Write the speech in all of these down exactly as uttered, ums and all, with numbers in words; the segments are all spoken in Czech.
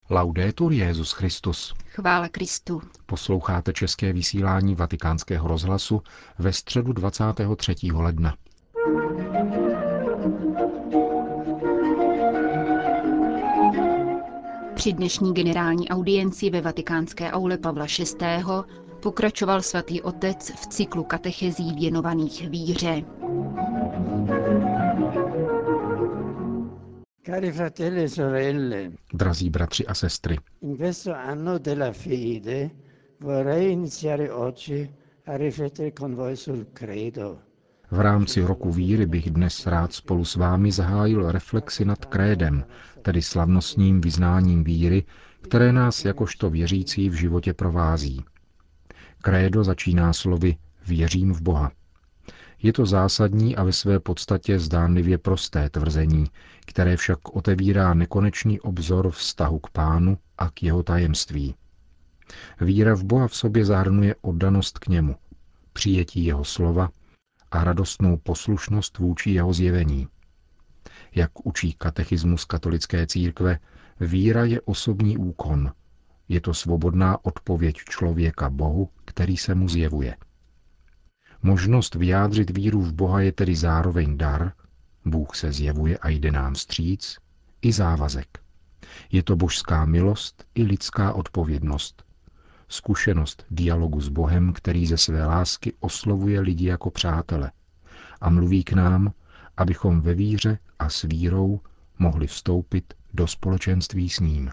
Laudetur Jesus Christus. Chvála Kristu. Posloucháte české vysílání Vatikánského rozhlasu ve středu dvacátého třetího ledna. Při dnešní generální audienci ve vatikánské aule Pavla šestého. pokračoval svatý otec v cyklu katechezí věnovaných víře. Cari fratelli e sorelle, Drazí bratři a sestry, in questo anno della fede vorrei iniziare oggi a riflettere con voi sul credo. v rámci roku víry bych dnes rád spolu s vámi zahájil reflexi nad krédem, tedy slavnostním vyznáním víry, které nás jakožto věřící v životě provází. Krédo začíná slovy věřím v Boha. Je to zásadní a ve své podstatě zdánlivě prosté tvrzení, které však otevírá nekonečný obzor vztahu k Pánu a k jeho tajemství. Víra v Boha v sobě zahrnuje oddanost k němu, přijetí jeho slova a radostnou poslušnost vůči jeho zjevení. Jak učí katechismus katolické církve, víra je osobní úkon. Je to svobodná odpověď člověka Bohu, který se mu zjevuje. Možnost vyjádřit víru v Boha je tedy zároveň dar, Bůh se zjevuje a jde nám vstříc, i závazek. Je to božská milost i lidská odpovědnost. Zkušenost dialogu s Bohem, který ze své lásky oslovuje lidi jako přátele a mluví k nám, abychom ve víře a s vírou mohli vstoupit do společenství s ním.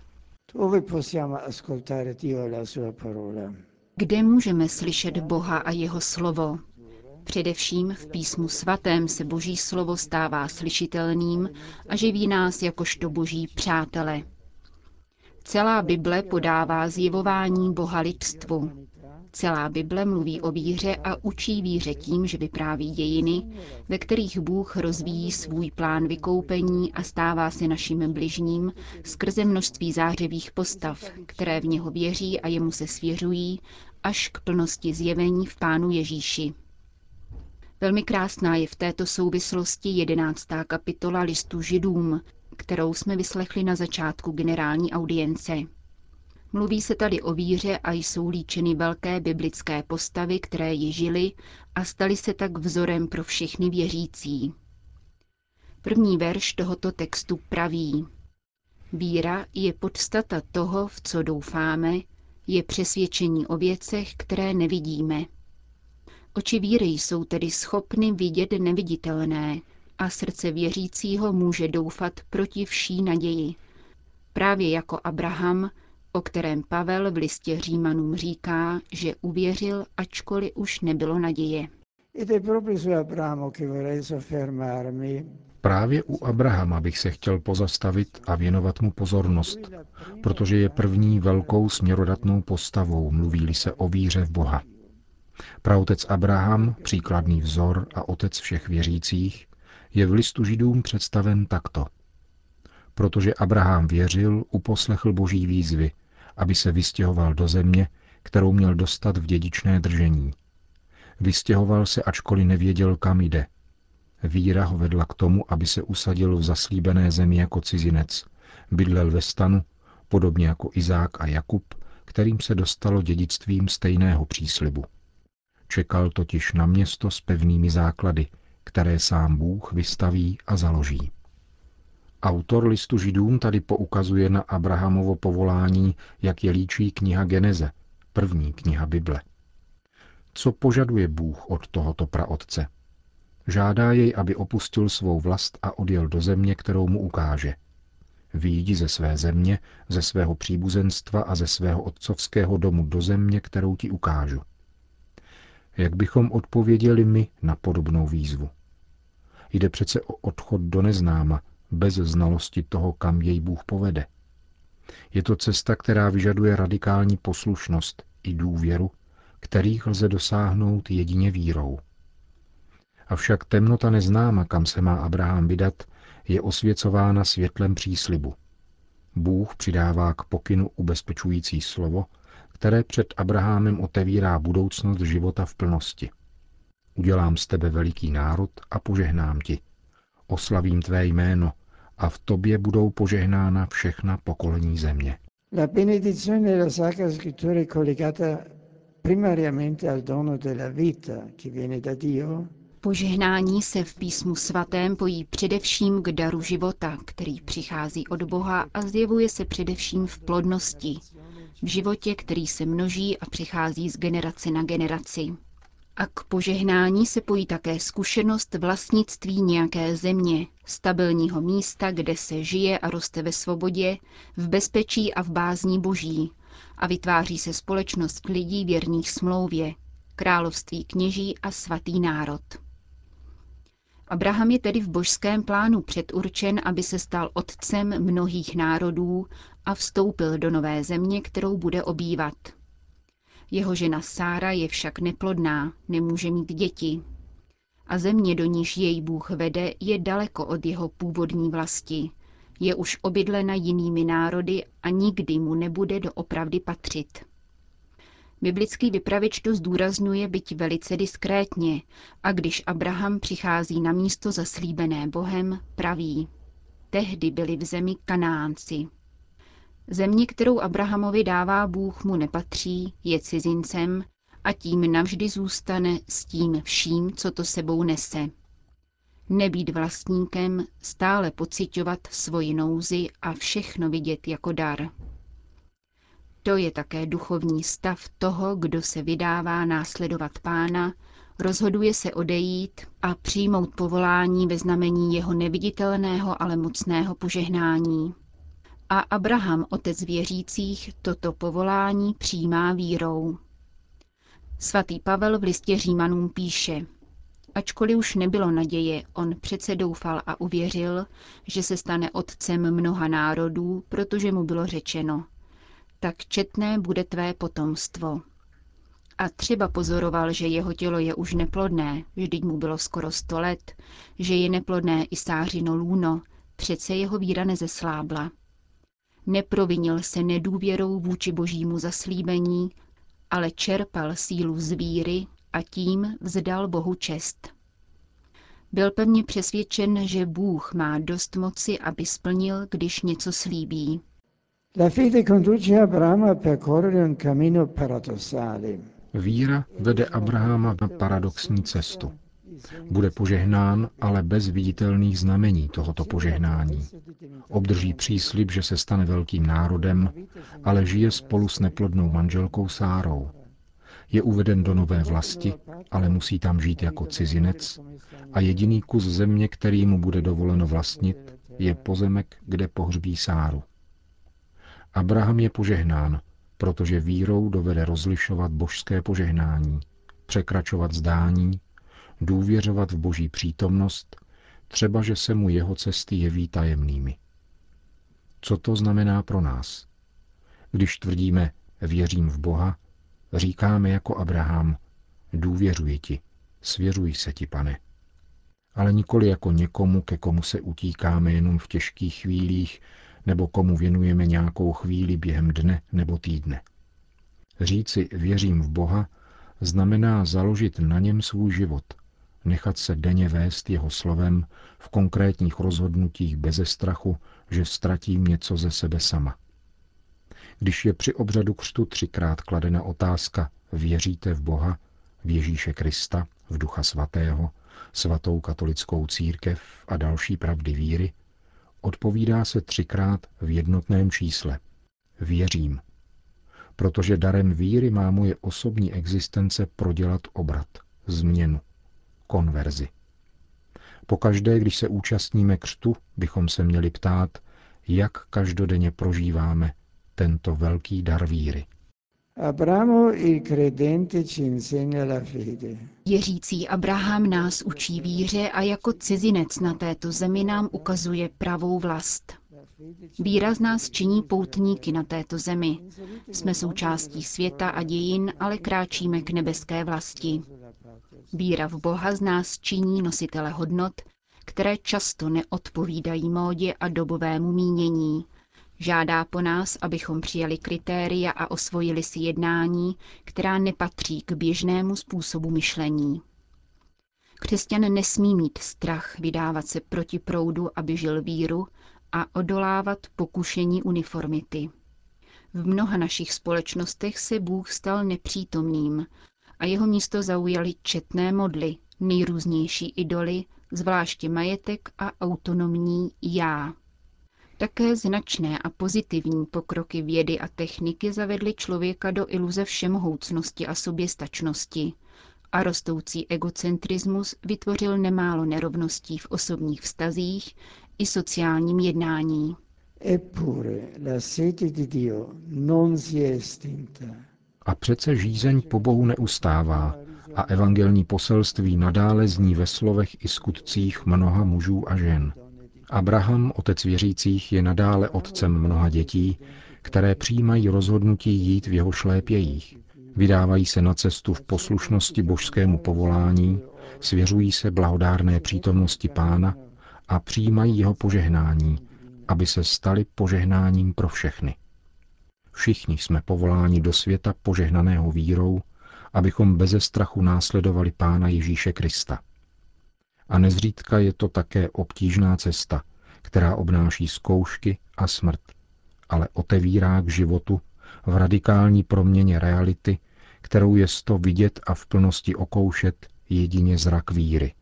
Kde můžeme slyšet Boha a jeho slovo? Především v písmu svatém se Boží slovo stává slyšitelným a živí nás jakožto Boží přátele. Celá Bible podává zjevování Boha lidstvu. Celá Bible mluví o víře a učí víře tím, že vypráví dějiny, ve kterých Bůh rozvíjí svůj plán vykoupení a stává se naším bližním skrze množství zářivých postav, které v něho věří a jemu se svěřují, až k plnosti zjevení v Pánu Ježíši. Velmi krásná je v této souvislosti jedenáctá kapitola listu Židům, kterou jsme vyslechli na začátku generální audience. Mluví se tady o víře a jsou líčeny velké biblické postavy, které ji žily a staly se tak vzorem pro všechny věřící. První verš tohoto textu praví: Víra je podstata toho, v co doufáme, je přesvědčení o věcech, které nevidíme. Oči víry jsou tedy schopny vidět neviditelné a srdce věřícího může doufat proti vší naději. Právě jako Abraham, o kterém Pavel v listě Římanům říká, že uvěřil, ačkoliv už nebylo naděje. Právě u Abrahama bych se chtěl pozastavit a věnovat mu pozornost, protože je první velkou směrodatnou postavou, mluví-li se o víře v Boha. Praotec Abraham, příkladný vzor a otec všech věřících, je v listu Židům představen takto. Protože Abraham věřil, uposlechl Boží výzvy, aby se vystěhoval do země, kterou měl dostat v dědičné držení. Vystěhoval se, ačkoliv nevěděl, kam jde. Víra ho vedla k tomu, aby se usadil v zaslíbené zemi jako cizinec, bydlel ve stanu, podobně jako Izák a Jakub, kterým se dostalo dědictvím stejného příslibu. Čekal totiž na město s pevnými základy, které sám Bůh vystaví a založí. Autor listu Židům tady poukazuje na Abrahamovo povolání, jak je líčí kniha Geneze, první kniha Bible. Co požaduje Bůh od tohoto praotce? Žádá jej, aby opustil svou vlast a odjel do země, kterou mu ukáže. Vyjdi ze své země, ze svého příbuzenstva a ze svého otcovského domu do země, kterou ti ukážu. Jak bychom odpověděli my na podobnou výzvu? Jde přece o odchod do neznáma, bez znalosti toho, kam jej Bůh povede. Je to cesta, která vyžaduje radikální poslušnost i důvěru, kterých lze dosáhnout jedině vírou. Avšak temnota neznáma, kam se má Abraham vydat, je osvěcována světlem příslibu. Bůh přidává k pokynu ubezpečující slovo, které před Abrahamem otevírá budoucnost života v plnosti. Udělám z tebe veliký národ a požehnám ti. Oslavím tvé jméno a v tobě budou požehnána všechna pokolení země. La benedizione della Sacra Scrittura è collegata primariamente al dono della vita che viene da Dio. Požehnání se v písmu svatém pojí především k daru života, který přichází od Boha a zjevuje se především v plodnosti, v životě, který se množí a přichází z generace na generaci. A k požehnání se pojí také zkušenost vlastnictví nějaké země, stabilního místa, kde se žije a roste ve svobodě, v bezpečí a v bázni Boží a vytváří se společnost lidí věrných smlouvě, království kněží a svatý národ. Abraham je tedy v božském plánu předurčen, aby se stal otcem mnohých národů a vstoupil do nové země, kterou bude obývat. Jeho žena Sára je však neplodná, nemůže mít děti. A země, do níž jej Bůh vede, je daleko od jeho původní vlasti. Je už obydlena jinými národy a nikdy mu nebude doopravdy patřit. Biblický vypravěč to zdůrazňuje, byť velice diskrétně, a když Abraham přichází na místo zaslíbené Bohem, praví: tehdy byli v zemi Kanánci. Země, kterou Abrahamovi dává Bůh, mu nepatří, je cizincem a tím navždy zůstane s tím vším, co to sebou nese. Nebýt vlastníkem, stále pociťovat svoji nouzi a všechno vidět jako dar. To je také duchovní stav toho, kdo se vydává následovat Pána, rozhoduje se odejít a přijmout povolání ve znamení jeho neviditelného, ale mocného požehnání. A Abraham, otec věřících, toto povolání přijímá vírou. Svatý Pavel v listě Římanům píše: ačkoliv už nebylo naděje, on přece doufal a uvěřil, že se stane otcem mnoha národů, protože mu bylo řečeno: tak četné bude tvé potomstvo. A třeba pozoroval, že jeho tělo je už neplodné, vždyť mu bylo skoro sto let, že je neplodné i Sářino lůno, přece jeho víra nezeslábla. Neprovinil se nedůvěrou vůči božímu zaslíbení, ale čerpal sílu z víry a tím vzdal Bohu čest. Byl pevně přesvědčen, že Bůh má dost moci, aby splnil, když něco slíbí. La fede conduce Abramo a percorrere un cammino paradossale. Víra vede Abrahama na paradoxní cestu. Bude požehnán, ale bez viditelných znamení tohoto požehnání. Obdrží příslib, že se stane velkým národem, ale žije spolu s neplodnou manželkou Sárou. Je uveden do nové vlasti, ale musí tam žít jako cizinec a jediný kus země, který mu bude dovoleno vlastnit, je pozemek, kde pohřbí Sáru. Abraham je požehnán, protože vírou dovede rozlišovat božské požehnání, překračovat zdání, důvěřovat v boží přítomnost, třeba že se mu jeho cesty jeví tajemnými. Co to znamená pro nás? Když tvrdíme věřím v Boha, říkáme jako Abraham: důvěřuji ti, svěřuji se ti, Pane. Ale nikoli jako někomu, ke komu se utíkáme jenom v těžkých chvílích, nebo komu věnujeme nějakou chvíli během dne nebo týdne. Říci věřím v Boha znamená založit na něm svůj život, nechat se denně vést jeho slovem v konkrétních rozhodnutích beze strachu, že ztratím něco ze sebe sama. Když je při obřadu křtu třikrát kladena otázka věříte v Boha, v Ježíše Krista, v Ducha Svatého, svatou katolickou církev a další pravdy víry, odpovídá se třikrát v jednotném čísle. Věřím. Protože darem víry má moje osobní existence prodělat obrat, změnu, konverzi. Pokaždé, když se účastníme křtu, bychom se měli ptát, jak každodenně prožíváme tento velký dar víry. Abramo il credente ci insegna la fede. Věřící Abraham nás učí víře a jako cizinec na této zemi nám ukazuje pravou vlast. Víra z nás činí poutníky na této zemi. Jsme součástí světa a dějin, ale kráčíme k nebeské vlasti. Víra v Boha z nás činí nositele hodnot, které často neodpovídají módě a dobovému mínění. Žádá po nás, abychom přijali kritéria a osvojili si jednání, která nepatří k běžnému způsobu myšlení. Křesťan nesmí mít strach vydávat se proti proudu, aby žil víru, a odolávat pokušení uniformity. V mnoha našich společnostech se Bůh stal nepřítomným a jeho místo zaujaly četné modly, nejrůznější idoly, zvláště majetek a autonomní já. Také značné a pozitivní pokroky vědy a techniky zavedly člověka do iluze všemohoucnosti a soběstačnosti a rostoucí egocentrismus vytvořil nemálo nerovností v osobních vztazích i sociálním jednání. Eppure la sete di Dio non si è estinta. A přece žízeň po Bohu neustává a evangelní poselství nadále zní ve slovech i skutcích mnoha mužů a žen. Abraham, otec věřících, je nadále otcem mnoha dětí, které přijímají rozhodnutí jít v jeho šlépějích. Vydávají se na cestu v poslušnosti božskému povolání, svěřují se blahodárné přítomnosti Pána a přijímají jeho požehnání, aby se stali požehnáním pro všechny. Všichni jsme povoláni do světa požehnaného vírou, abychom beze strachu následovali Pána Ježíše Krista. A nezřídka je to také obtížná cesta, která obnáší zkoušky a smrt, ale otevírá k životu v radikální proměně reality, kterou je sto vidět a v plnosti okoušet jedině zrak víry.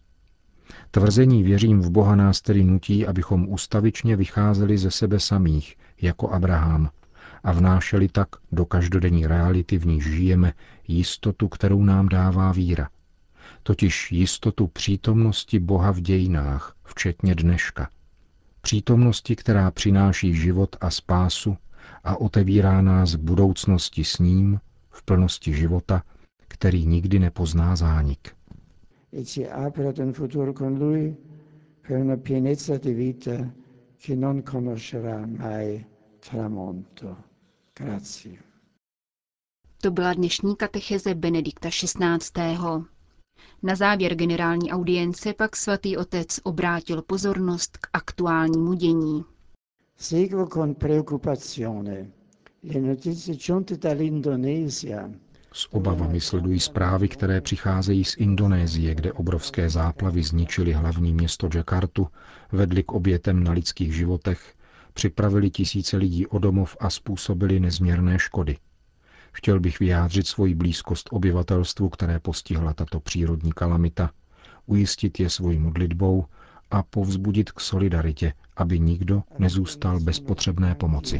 Tvrzení věřím v Boha nás tedy nutí, abychom ustavičně vycházeli ze sebe samých, jako Abraham, a vnášeli tak do každodenní reality, v níž žijeme, jistotu, kterou nám dává víra. Totiž jistotu přítomnosti Boha v dějinách, včetně dneška. Přítomnosti, která přináší život a spásu a otevírá nás k budoucnosti s ním, v plnosti života, který nikdy nepozná zánik. E ci apre ad un futuro con lui per una pienezza di vita che non conoscerà mai tramonto. Grazie. To byla dnešní katecheze Benedikta šestnáctého. Na závěr generální audience pak svatý otec obrátil pozornost k aktuálnímu dění. Seguo con preoccupazione le notizie giunte dall'Indonesia. S obavami sledují zprávy, které přicházejí z Indonésie, kde obrovské záplavy zničily hlavní město Jakartu, vedly k obětem na lidských životech, připravili tisíce lidí o domov a způsobili nezměrné škody. Chtěl bych vyjádřit svoji blízkost obyvatelstvu, které postihla tato přírodní kalamita, ujistit je svojí modlitbou a povzbudit k solidaritě, aby nikdo nezůstal bez potřebné pomoci.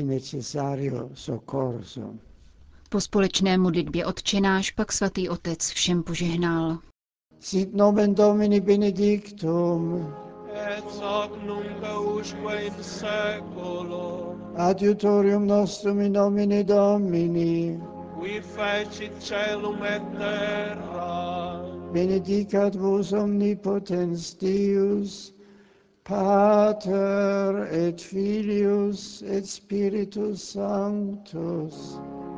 Po společné modlitbě Otčenáš pak svatý otec všem požehnal. Sit nomen Domini benedictum, et hoc nunc usque in seculo, adiutorium nostrum in nomine Domini, qui fecit caelum et terra, benedicat vos omnipotens Deus, Pater et Filius et Spiritus Sanctus.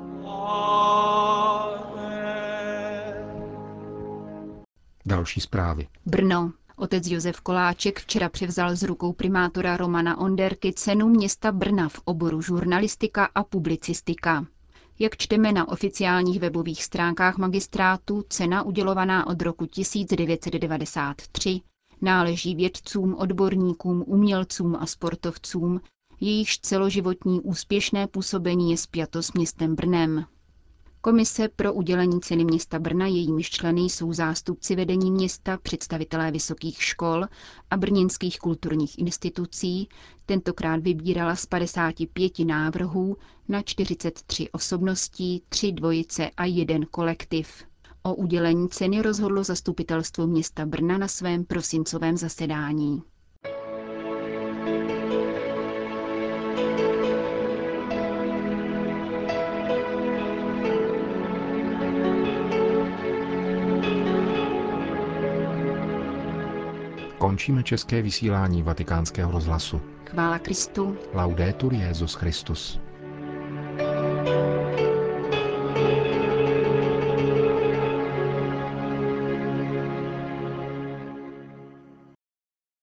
Amen. Další zprávy. Brno. Otec Josef Koláček včera převzal z rukou primátora Romana Onderky cenu města Brna v oboru žurnalistika a publicistika. Jak čteme na oficiálních webových stránkách magistrátu, cena udělovaná od roku tisíc devět set devadesát tři náleží vědcům, odborníkům, umělcům a sportovcům, jejichž celoživotní úspěšné působení je spjato s městem Brnem. Komise pro udělení ceny města Brna, jejímiž členy jsou zástupci vedení města, představitelé vysokých škol a brněnských kulturních institucí, tentokrát vybírala z padesáti pěti návrhů na čtyřicet tři osobností, tři dvojice a jeden kolektiv. O udělení ceny rozhodlo zastupitelstvo města Brna na svém prosincovém zasedání. Končíme české vysílání Vatikánského rozhlasu. Chvála Kristu. Laudetur Jesus Christus.